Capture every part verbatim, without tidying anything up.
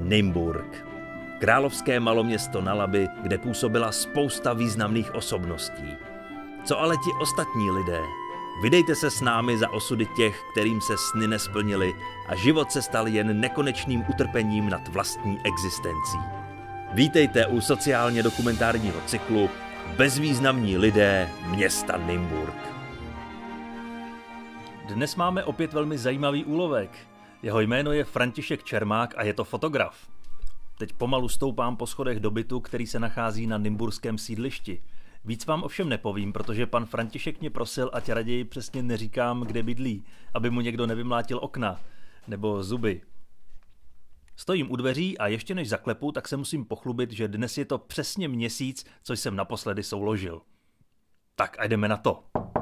Nymburk. Královské maloměsto na Labi, kde působila spousta významných osobností. Co ale ti ostatní lidé? Vydejte se s námi za osudy těch, kterým se sny nesplnily a život se stal jen nekonečným utrpením nad vlastní existencí. Vítejte u sociálně dokumentárního cyklu Bezvýznamní lidé města Nymburk. Dnes máme opět velmi zajímavý úlovek. Jeho jméno je František Čermák a je to fotograf. Teď pomalu stoupám po schodech do bytu, který se nachází na nymburském sídlišti. Víc vám ovšem nepovím, protože pan František mě prosil, ať raději přesně neříkám, kde bydlí, aby mu někdo nevymlátil okna nebo zuby. Stojím u dveří a ještě než zaklepu, tak se musím pochlubit, že dnes je to přesně měsíc, co jsem naposledy souložil. Tak a jdeme na to.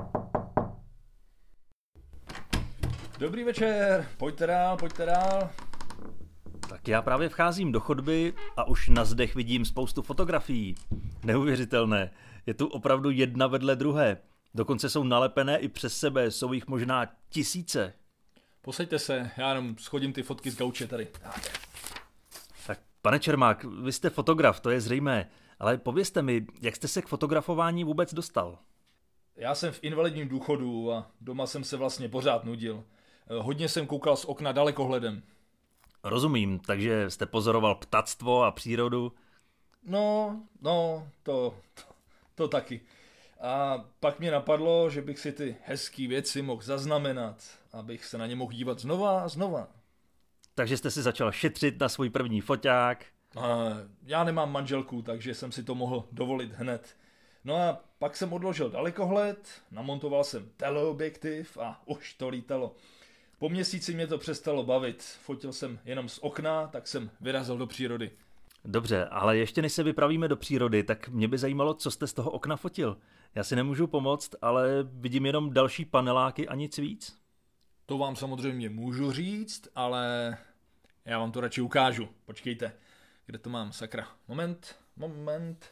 Dobrý večer, pojďte dál, pojďte dál. Tak já právě vcházím do chodby a už na zdech vidím spoustu fotografií. Neuvěřitelné, je tu opravdu jedna vedle druhé. Dokonce jsou nalepené i přes sebe, jsou jich možná tisíce. Posaďte se, já jenom schodím ty fotky z gauče tady. Tak pane Čermák, vy jste fotograf, to je zřejmé, ale povězte mi, jak jste se k fotografování vůbec dostal? Já jsem v invalidním důchodu a doma jsem se vlastně pořád nudil. Hodně jsem koukal z okna dalekohledem. Rozumím, takže jste pozoroval ptactvo a přírodu? No, no, to, to, to taky. A pak mě napadlo, že bych si ty hezký věci mohl zaznamenat, abych se na ně mohl dívat znova a znova. Takže jste si začal šetřit na svůj první foťák? A já nemám manželku, takže jsem si to mohl dovolit hned. No a pak jsem odložil dalekohled, namontoval jsem teleobjektiv a už to lítalo. Po měsíci mě to přestalo bavit, fotil jsem jenom z okna, tak jsem vyrazil do přírody. Dobře, ale ještě než se vypravíme do přírody, tak mě by zajímalo, co jste z toho okna fotil. Já si nemůžu pomoct, ale vidím jenom další paneláky a nic víc. To vám samozřejmě můžu říct, ale já vám to radši ukážu. Počkejte, kde to mám, sakra. Moment, moment.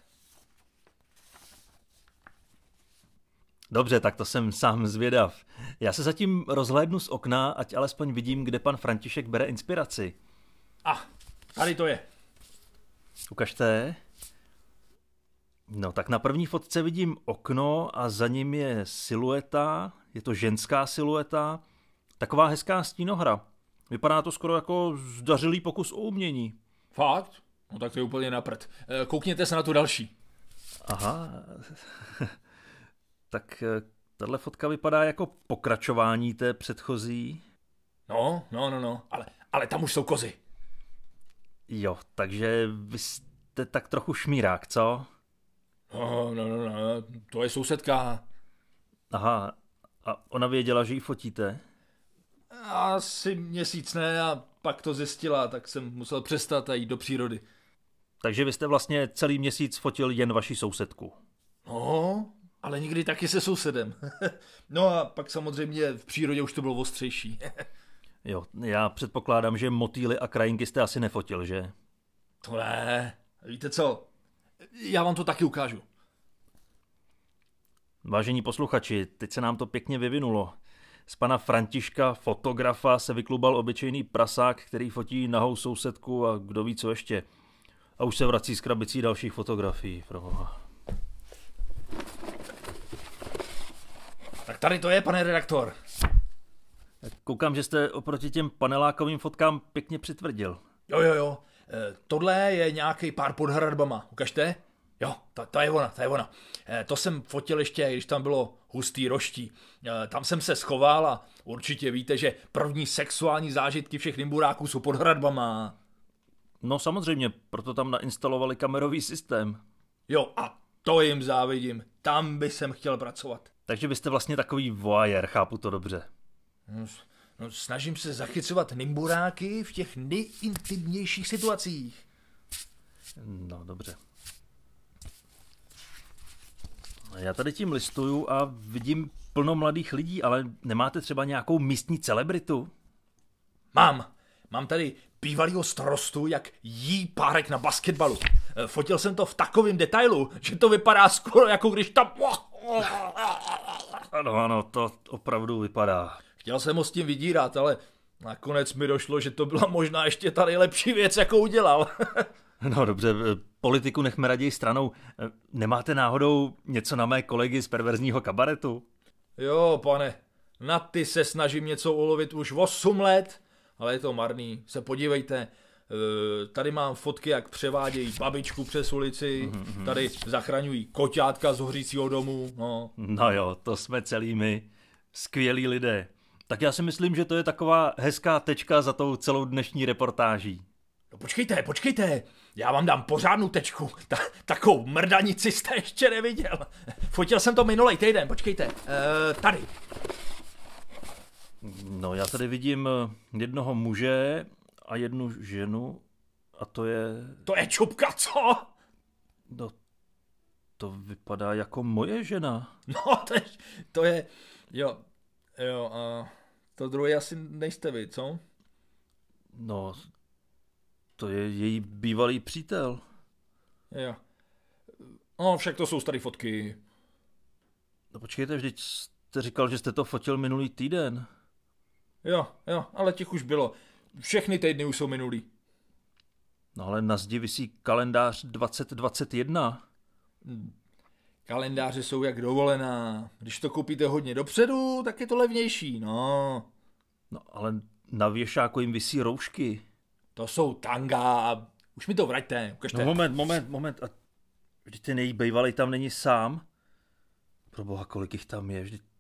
Dobře, tak to jsem sám zvědav. Já se zatím rozhlédnu z okna, ať alespoň vidím, kde pan František bere inspiraci. A, ah, tady to je. Ukažte. No tak na první fotce vidím okno a za ním je silueta, je to ženská silueta, taková hezká stínohra. Vypadá to skoro jako zdařilý pokus o umění. Fakt? No tak to je úplně na prd. Koukněte se na tu další. Aha, tak tahle fotka vypadá jako pokračování té předchozí. No, no, no, no, ale, ale tam už jsou kozy. Jo, takže vy jste tak trochu šmírák, co? No, no, no, no, to je sousedka. Aha, a ona věděla, že ji fotíte? Asi měsíc ne a pak to zjistila, tak jsem musel přestat a jít do přírody. Takže vy jste vlastně celý měsíc fotil jen vaši sousedku? No, ale někdy taky se sousedem. No a pak samozřejmě v přírodě už to bylo ostřejší. Jo, já předpokládám, že motýly a krajinky jste asi nefotil, že? To ne, víte co, já vám to taky ukážu. Vážení posluchači, teď se nám to pěkně vyvinulo. Z pana Františka, fotografa, se vyklubal obyčejný prasák, který fotí nahou sousedku a kdo ví co ještě. A už se vrací s krabicí dalších fotografií, proboha. Tak tady to je, pane redaktor. Koukám, že jste oproti těm panelákovým fotkám pěkně přitvrdil. Jo, jo, jo. E, tohle je nějaký pár pod hradbama. Ukažte? Jo, to, to je ona, to je ona. E, to jsem fotil ještě, když tam bylo hustý roští. E, tam jsem se schoval a určitě víte, že první sexuální zážitky všech nymburáků jsou pod hradbama. No samozřejmě, proto tam nainstalovali kamerový systém. Jo, a to jim závidím. Tam by jsem chtěl pracovat. Takže vy jste vlastně takový voyeur, chápu to dobře. No, no, snažím se zachycovat nymburáky v těch nejintimnějších situacích. No, dobře. Já tady tím listuju a vidím plno mladých lidí, ale nemáte třeba nějakou místní celebritu? Mám. Mám tady bývalýho starostu, jak jí párek na basketbalu. Fotil jsem to v takovém detailu, že to vypadá skoro jako když tam... Ano, ano, to opravdu vypadá. Chtěl jsem ho s tím vydírat, ale Nakonec mi došlo, že to byla možná ještě ta nejlepší věc, jakou udělal. No dobře, politiku nechme raději stranou. Nemáte náhodou něco na mé kolegy z perverzního kabaretu? Jo, pane, na ty se snažím něco ulovit už osm let, ale je to marný. Se podívejte, tady mám fotky, jak převádějí babičku přes ulici, mm-hmm. tady zachraňují koťátka z hořícího domu. No. no jo, to jsme celý my. Skvělí lidé. Tak já si myslím, že to je taková hezká tečka za tou celou dnešní reportáží. No počkejte, počkejte, já vám dám pořádnou tečku. Ta, takovou mrdanici jste ještě neviděl. Fotil jsem to minulej týden, počkejte. E, tady. No já tady vidím jednoho muže a jednu ženu a to je... To je Čupka, co? No, to vypadá jako moje žena. No, to je... To je jo, jo, a to druhé asi nejste vy, co? No... To je její bývalý přítel. Jo. No, však to jsou staré fotky. No počkejte, vždyť jste říkal, že jste to fotil minulý týden. Jo, jo, ale těch už bylo. Všechny týdny už jsou minulý. No ale na zdi visí kalendář dvacet dvacet jedna. Kalendáře jsou jak dovolená. Když to koupíte hodně dopředu, tak je to levnější, no. No ale na věšáku jim visí roušky. To jsou tanga. Už mi to vraťte, ukažte. No moment, moment, moment. A vždyť ten její bývalý tam není sám? Proboha, kolik jich tam je? Vždyť...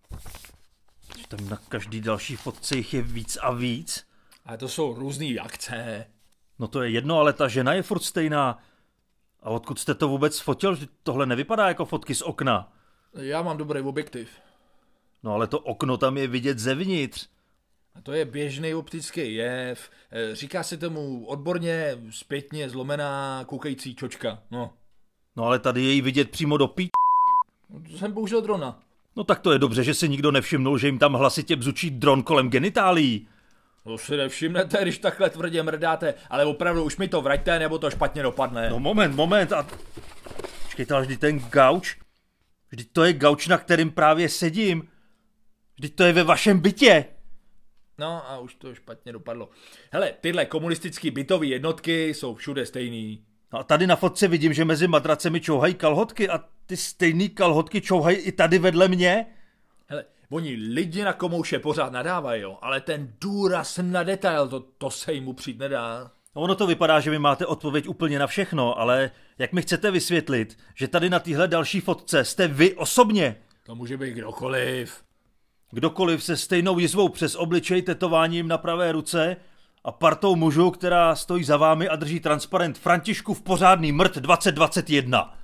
vždyť tam na každý další fotce jich je víc a víc. Ale to jsou různý akce. No to je jedno, ale ta žena je furt stejná. A odkud jste to vůbec fotil? Vždyť tohle nevypadá jako fotky z okna. Já mám dobrý objektiv. No ale to okno tam je vidět zevnitř. A to je běžný optický jev. Říká se tomu odborně zpětně zlomená koukající čočka. No. No ale tady je jí vidět přímo do pí... To jsem použil drona. No tak to je dobře, že si nikdo nevšimnul, že jim tam hlasitě bzučí dron kolem genitálií. To si nevšimnete, když takhle tvrdě mrdáte, ale opravdu už mi to vraťte, nebo to špatně dopadne. No moment, moment a... Počkejte, ale vždyť ten gauč... Vždyť to je gauč, na kterým právě sedím. Vždyť to je ve vašem bytě. No a už to špatně dopadlo. Hele, tyhle komunistické bytové jednotky jsou všude stejný. No a tady na fotce vidím, že mezi matracemi čouhají kalhotky a ty stejný kalhotky čouhají i tady vedle mě. Hele, oni lidi na komouše pořád nadávají, jo, ale ten důraz na detail, to, to se jim upřít nedá. No ono to vypadá, že vy máte odpověď úplně na všechno, ale jak mi chcete vysvětlit, že tady na téhle další fotce jste vy osobně? To může být kdokoliv. Kdokoliv se stejnou jizvou přes obličej, tetováním na pravé ruce a partou mužů, která stojí za vámi a drží transparent Františku v pořádný mrt dvacet dvacet jedna.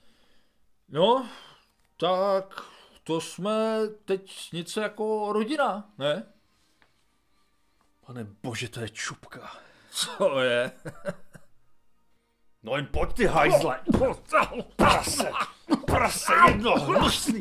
No, tak to jsme teď něco jako rodina, ne? Pane bože, to je Čupka. Co je? No jen pojď ty hajzle. Prase, prase jedno hnusný.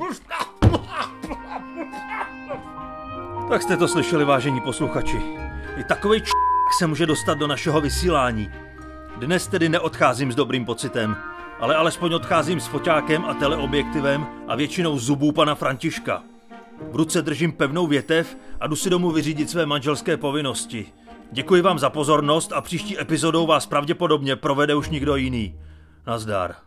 Tak jste to slyšeli, vážení posluchači. I takovej č*** se může dostat do našeho vysílání. Dnes tedy neodcházím s dobrým pocitem, ale alespoň odcházím s foťákem a teleobjektivem a většinou zubů pana Františka. V ruce držím pevnou větev a jdu si domů vyřídit své manželské povinnosti. Děkuji vám za pozornost a příští epizodou vás pravděpodobně provede už nikdo jiný. Nazdar.